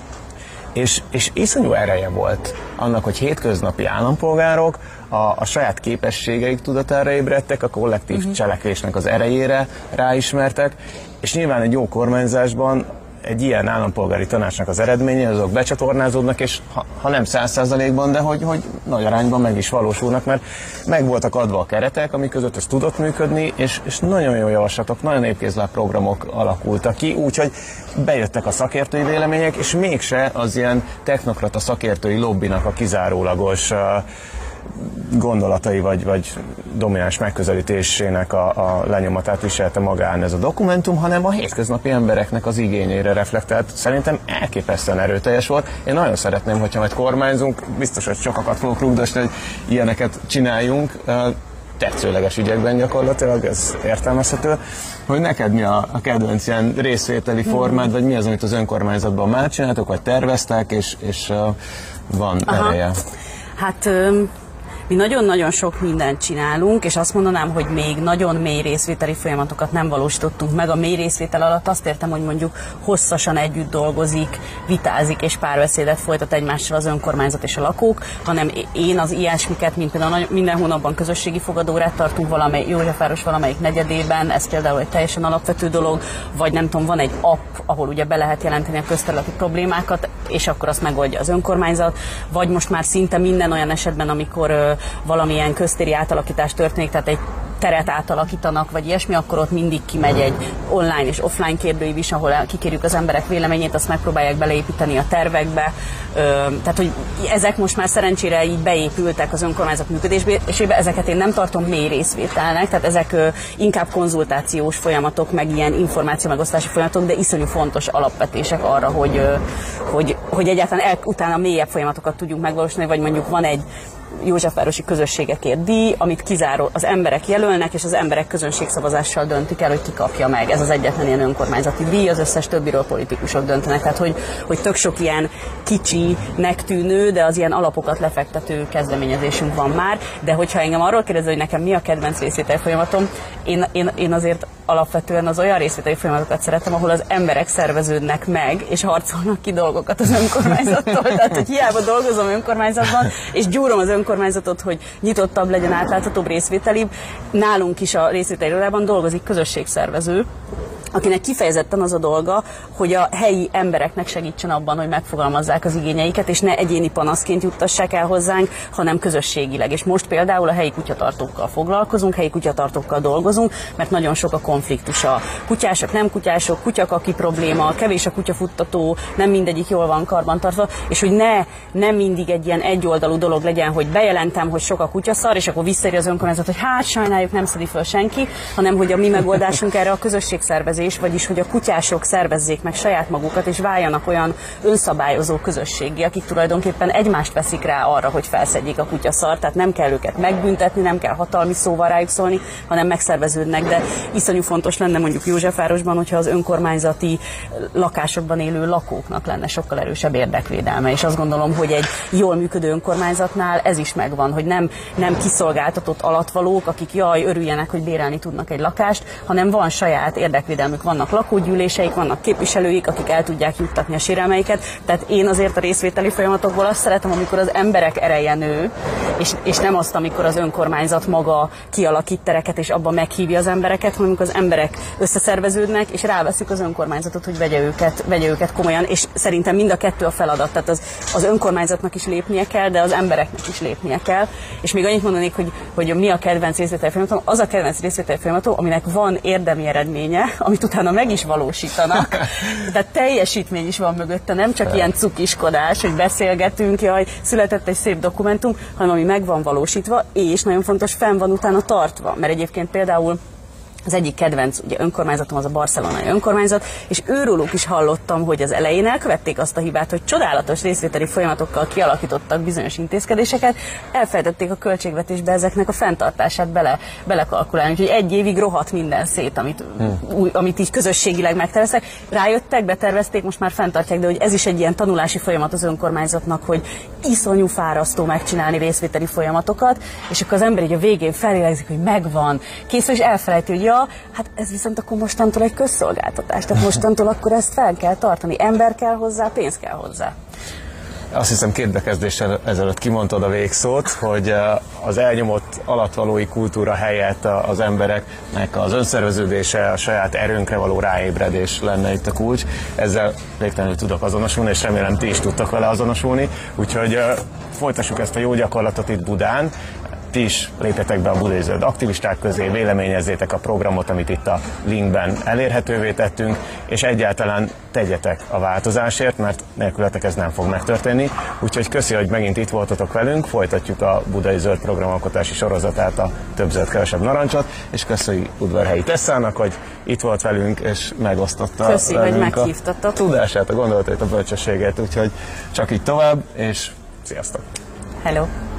És, és iszonyú ereje volt annak, hogy hétköznapi állampolgárok a, a saját képességeik tudatára ébredtek, a kollektív uh-huh. cselekvésnek az erejére ráismertek, és nyilván egy jó kormányzásban egy ilyen állampolgári tanácsnak az eredménye, azok becsatornázódnak, és ha, ha nem száz százalékban, de hogy, hogy nagy arányban meg is valósulnak, mert meg voltak adva a keretek, amik között ez tudott működni, és, és nagyon jó javaslatok, nagyon épkézláb programok alakultak ki, úgyhogy bejöttek a szakértői vélemények, és mégse az ilyen technokrata szakértői lobbinak a kizárólagos uh, gondolatai vagy, vagy domináns megközelítésének a, a lenyomatát viselte magán ez a dokumentum, hanem a hétköznapi embereknek az igényére reflektált. Szerintem elképesztően erőteljes volt. Én nagyon szeretném, hogyha majd kormányzunk, biztos, hogy sokakat fogok rúgdosni, hogy ilyeneket csináljunk, tetszőleges ügyekben gyakorlatilag, ez értelmezhető. Hogy neked mi a, a kedvenc ilyen részvételi formád, vagy mi az, amit az önkormányzatban már csináltok, vagy terveztek, és, és uh, van Aha. ereje? Hát... Um... Mi nagyon-nagyon sok mindent csinálunk, és azt mondanám, hogy még nagyon mély részvételi folyamatokat nem valósítottunk meg. A mély részvétel alatt azt értem, hogy mondjuk hosszasan együtt dolgozik, vitázik és párbeszédet folytat egymással az önkormányzat és a lakók, hanem én az ilyesmiket, mint például minden hónapban közösségi fogadórát tartunk valamely, Józsefváros valamelyik negyedében, ez például egy teljesen alapvető dolog, vagy nem tudom, van egy app, ahol ugye be lehet jelenteni a közterületi problémákat, és akkor azt megoldja az önkormányzat, vagy most már szinte minden olyan esetben, amikor valamilyen köztéri átalakítás történik, tehát egy teret átalakítanak, vagy ilyesmi, akkor ott mindig kimegy egy online és offline kérdőív is, ahol kikérjük az emberek véleményét, azt megpróbálják beleépíteni a tervekbe. Tehát, hogy ezek most már szerencsére így beépültek az önkormányzat működésébe, ezeket én nem tartom mély részvételnek, tehát ezek inkább konzultációs folyamatok, meg ilyen információmegosztási folyamatok, de iszonyú fontos alapvetések arra, hogy, hogy, hogy egyáltalán el, utána mélyebb folyamatokat tudjunk megvalósítani, vagy mondjuk van egy Józsefvárosi közösségekért díj, amit kizáró az emberek jelölnek, és az emberek közönségszavazással döntik el, hogy ki kapja meg. Ez az egyetlen ilyen önkormányzati díj, az összes többiről politikusok döntenek. Tehát, hogy, hogy tök sok ilyen kicsinek tűnő, de az ilyen alapokat lefektető kezdeményezésünk van már. De hogyha engem arról kérdez, hogy nekem mi a kedvenc részvételi folyamatom, én, én, én azért alapvetően az olyan részvételi folyamatokat szeretem, ahol az emberek szerveződnek meg, és harcolnak ki dolgokat az önkormányzattól. Tehát, hogy hiába dolgozom önkormányzatban, és gyúrom az önkormányzatot, hogy nyitottabb legyen, átláthatóbb, részvételibb. Nálunk is a részvételi irodában dolgozik közösségszervező, akinek kifejezetten az a dolga, hogy a helyi embereknek segítsen abban, hogy megfogalmazzák az igényeiket, és ne egyéni panaszként juttassák el hozzánk, hanem közösségileg. És most például a helyi kutyatartókkal foglalkozunk, helyi kutyatartókkal dolgozunk, mert nagyon sok a konfliktus. A kutyások, nem kutyások, kutyakaki probléma, kevés a kutyafuttató, nem mindegyik jól van karbantartva, és hogy ne, ne mindig egy ilyen egyoldalú dolog legyen, hogy bejelentem, hogy sok a kutyaszar, és akkor visszaér az önkormányzat, hogy hát sajnáljuk, nem szedi föl senki, hanem hogy a mi megoldásunk erre a közösségszervezés, vagyis hogy a kutyások szervezzék meg saját magukat, és váljanak olyan önszabályozó közösséggé, akik tulajdonképpen egymást veszik rá arra, hogy felszedjék a kutyaszart, tehát nem kell őket megbüntetni, nem kell hatalmi szóval rájuk szólni, hanem megszerveződnek, de iszonyú fontos lenne mondjuk Józsefvárosban, hogyha az önkormányzati lakásokban élő lakóknak lenne sokkal erősebb érdekvédelme, és azt gondolom, hogy egy jól működő önkormányzatnál ez is megvan, hogy nem, nem kiszolgáltatott alattvalók, akik jaj, örüljenek, hogy bérelni tudnak egy lakást, hanem van saját érdekvédelmük, vannak lakógyűléseik, vannak képviselőik, akik el tudják juttatni a sérelmeiket. Tehát én azért a részvételi folyamatokból azt szeretem, amikor az emberek ereje nő, és, és nem azt, amikor az önkormányzat maga kialakít tereket, és abban meghívja az embereket, hanem amikor az emberek összeszerveződnek, és ráveszik az önkormányzatot, hogy vegye őket, vegye őket komolyan, és szerintem mind a kettő a feladat. Tehát az, az önkormányzatnak is lépnie kell, de az embereknek is lépnie kell. És még annyit mondanék, hogy, hogy mi a kedvenc részvételi folyamatom, az a kedvenc részvételi folyamatom, aminek van érdemi eredménye, amit utána meg is valósítanak. Tehát teljesítmény is van mögötte, nem csak ilyen cukiskodás, hogy beszélgetünk, jaj, született egy szép dokumentum, hanem ami meg van valósítva, és nagyon fontos, fenn van utána tartva. Mert egyébként például Az egyik kedvenc ugye, önkormányzatom az a barcelonai önkormányzat, és őróluk is hallottam, hogy az elején elkövették azt a hibát, hogy csodálatos részvételi folyamatokkal kialakítottak bizonyos intézkedéseket, elfelejtették a költségvetésbe ezeknek a fenntartását bele, belekalkulálni. Úgyhogy egy évig rohadt minden szét, amit, hmm. új, amit így közösségileg megterveztek. Rájöttek, betervezték, most már fenntartják, de hogy ez is egy ilyen tanulási folyamat az önkormányzatnak, hogy iszonyú fárasztó megcsinálni részvételi folyamatokat, és akkor az ember így a végén felélegzik, hogy megvan, készül, és elfelejti, hogy ja, hát ez viszont akkor mostantól egy közszolgáltatás, tehát mostantól akkor ezt fel kell tartani, ember kell hozzá, pénz kell hozzá. Azt hiszem két bekezdéssel ezelőtt kimondtad a végszót, hogy az elnyomott alatvalói kultúra helyett az embereknek az önszerveződése, a saját erőnkre való ráébredés lenne itt a kulcs. Ezzel végtelenül tudok azonosulni, és remélem ti is tudtak vele azonosulni. Úgyhogy folytassuk ezt a jó gyakorlatot itt Budán. Ti is lépjetek be a Budai Zöld aktivisták közé, véleményezzétek a programot, amit itt a linkben elérhetővé tettünk, és egyáltalán tegyetek a változásért, mert nélkületek ez nem fog megtörténni. Úgyhogy köszi, hogy megint itt voltatok velünk, folytatjuk a Budai Zöld programalkotási sorozatát, a Több zöld, kevesebb narancsot, és köszi Udvarhelyi Tessának, hogy itt volt velünk, és megosztotta köszi, velünk hogy meghívtatok. A tudását, a gondolatait, a bölcsességet, úgyhogy csak így tovább, és sziasztok! Hello!